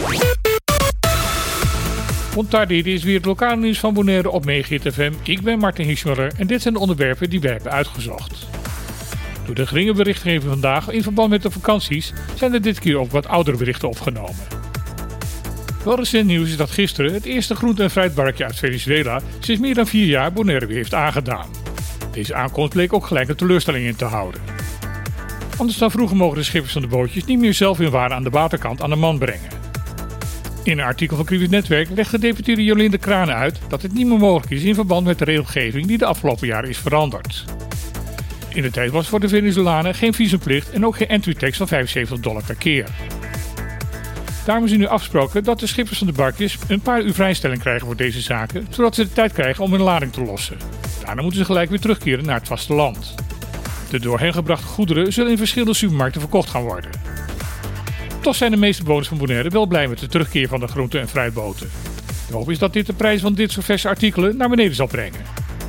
Dit is weer het lokale nieuws van Bonaire op Megahit FM. Ik ben Martin Hiesmuller en dit zijn de onderwerpen die wij hebben uitgezocht. Door de geringe berichtgeving vandaag in verband met de vakanties zijn er dit keer ook wat oudere berichten opgenomen. Wel recent nieuws is dat gisteren het eerste groente- en fruitbarkje uit Venezuela sinds meer dan 4 jaar Bonaire weer heeft aangedaan. Deze aankomst bleek ook gelijk een teleurstelling in te houden. Anders dan vroeger mogen de schippers van de bootjes niet meer zelf hun waren aan de waterkant aan de man brengen. In een artikel van Kriebis Netwerk legt gedeputeerde Jolinde Krane uit dat het niet meer mogelijk is in verband met de regelgeving die de afgelopen jaren is veranderd. In de tijd was voor de Venezolanen geen visumplicht en ook geen entry tax van $75 per keer. Daarom is nu afgesproken dat de schippers van de barkjes een paar uur vrijstelling krijgen voor deze zaken, zodat ze de tijd krijgen om hun lading te lossen. Daarna moeten ze gelijk weer terugkeren naar het vasteland. De door hen gebrachte goederen zullen in verschillende supermarkten verkocht gaan worden. Toch zijn de meeste bewoners van Bonaire wel blij met de terugkeer van de groente- en fruitboten. De hoop is dat dit de prijs van dit soort verse artikelen naar beneden zal brengen.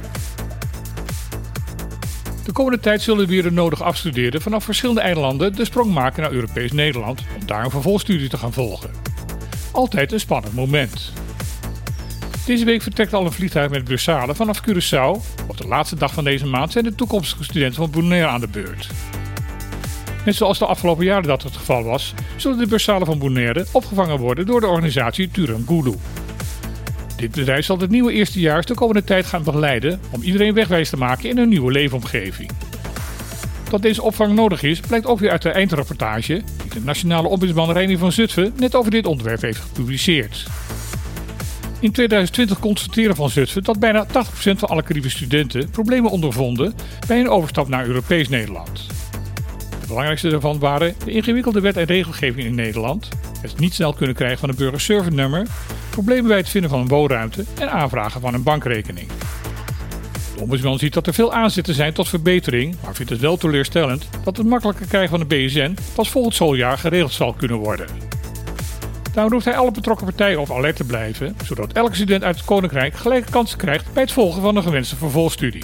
De komende tijd zullen weer de nodige afstudeerden vanaf verschillende eilanden de sprong maken naar Europees Nederland om daar een vervolgstudie te gaan volgen. Altijd een spannend moment. Deze week vertrekt al een vliegtuig met bursalen vanaf Curaçao. Op de laatste dag van deze maand zijn de toekomstige studenten van Bonaire aan de beurt. Net zoals de afgelopen jaren dat het geval was, zullen de bursalen van Bonaire opgevangen worden door de organisatie Turangulu. Dit bedrijf zal het nieuwe eerstejaars de komende tijd gaan begeleiden om iedereen wegwijs te maken in een nieuwe leefomgeving. Dat deze opvang nodig is, blijkt ook weer uit de eindrapportage die de Nationale Ombudsman Reinier van Zutphen net over dit onderwerp heeft gepubliceerd. In 2020 constateren Van Zutphen dat bijna 80% van alle Caribische studenten problemen ondervonden bij een overstap naar Europees Nederland. De belangrijkste daarvan waren de ingewikkelde wet en regelgeving in Nederland, het niet snel kunnen krijgen van een burgerservice-nummer, problemen bij het vinden van een woonruimte en aanvragen van een bankrekening. De ombudsman ziet dat er veel aanzetten zijn tot verbetering, maar vindt het wel teleurstellend dat het makkelijker krijgen van de BSN pas volgend schooljaar geregeld zal kunnen worden. Daarom roept hij alle betrokken partijen op alert te blijven, zodat elke student uit het Koninkrijk gelijke kansen krijgt bij het volgen van een gewenste vervolgstudie.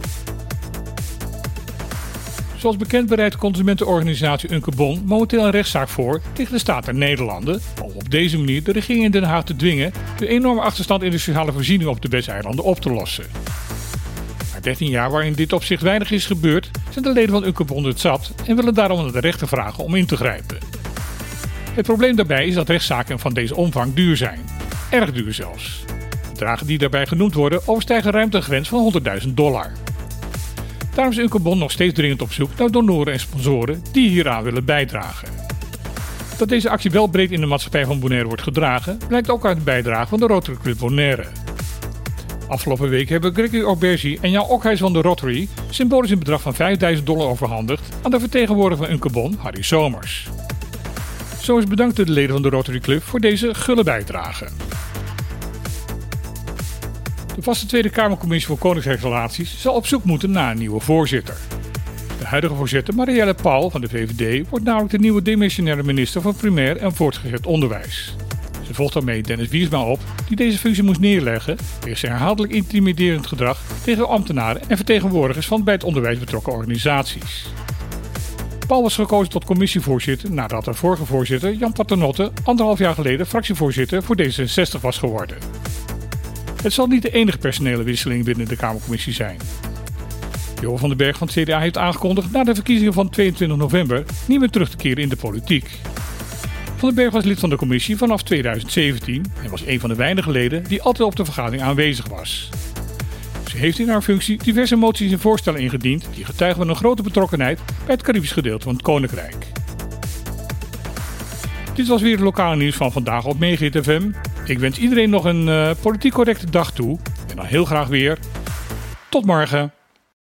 Zoals bekend bereidt de consumentenorganisatie Unkebon momenteel een rechtszaak voor tegen de staat der Nederlanden om op deze manier de regering in Den Haag te dwingen de enorme achterstand in de sociale voorzieningen op de BES-eilanden op te lossen. Na 13 jaar waarin dit op zich weinig is gebeurd, zijn de leden van Unkebon het zat en willen daarom aan de rechter vragen om in te grijpen. Het probleem daarbij is dat rechtszaken van deze omvang duur zijn. Erg duur zelfs. De bedragen die daarbij genoemd worden overstijgen ruim de grens van $100.000. Daarom is Unkebon nog steeds dringend op zoek naar donoren en sponsoren die hieraan willen bijdragen. Dat deze actie wel breed in de maatschappij van Bonaire wordt gedragen, blijkt ook uit de bijdrage van de Rotary Club Bonaire. Afgelopen week hebben Gregory Orbergi en Jan Okhuis van de Rotary symbolisch een bedrag van $5.000 overhandigd aan de vertegenwoordiger van Unkebon, Harry Somers. Somers bedankte de leden van de Rotary Club voor deze gulle bijdrage. De vaste Tweede Kamercommissie voor Koninkrijksrelaties zal op zoek moeten naar een nieuwe voorzitter. De huidige voorzitter, Marielle Paul van de VVD, wordt namelijk de nieuwe demissionaire minister van Primair en Voortgezet Onderwijs. Ze volgt daarmee Dennis Wiersma op, die deze functie moest neerleggen wegens zijn herhaaldelijk intimiderend gedrag tegen ambtenaren en vertegenwoordigers van bij het onderwijs betrokken organisaties. Paul was gekozen tot commissievoorzitter nadat de vorige voorzitter, Jan Paternotte, 1,5 jaar geleden fractievoorzitter voor D66 was geworden. Het zal niet de enige personele wisseling binnen de Kamercommissie zijn. Johan van den Berg van het CDA heeft aangekondigd na de verkiezingen van 22 november niet meer terug te keren in de politiek. Van den Berg was lid van de commissie vanaf 2017 en was een van de weinige leden die altijd op de vergadering aanwezig was. Ze heeft in haar functie diverse moties en voorstellen ingediend die getuigen van een grote betrokkenheid bij het Caribisch gedeelte van het Koninkrijk. Dit was weer het lokale nieuws van vandaag op Megahit FM. Ik wens iedereen nog een politiek correcte dag toe en dan heel graag weer. Tot morgen.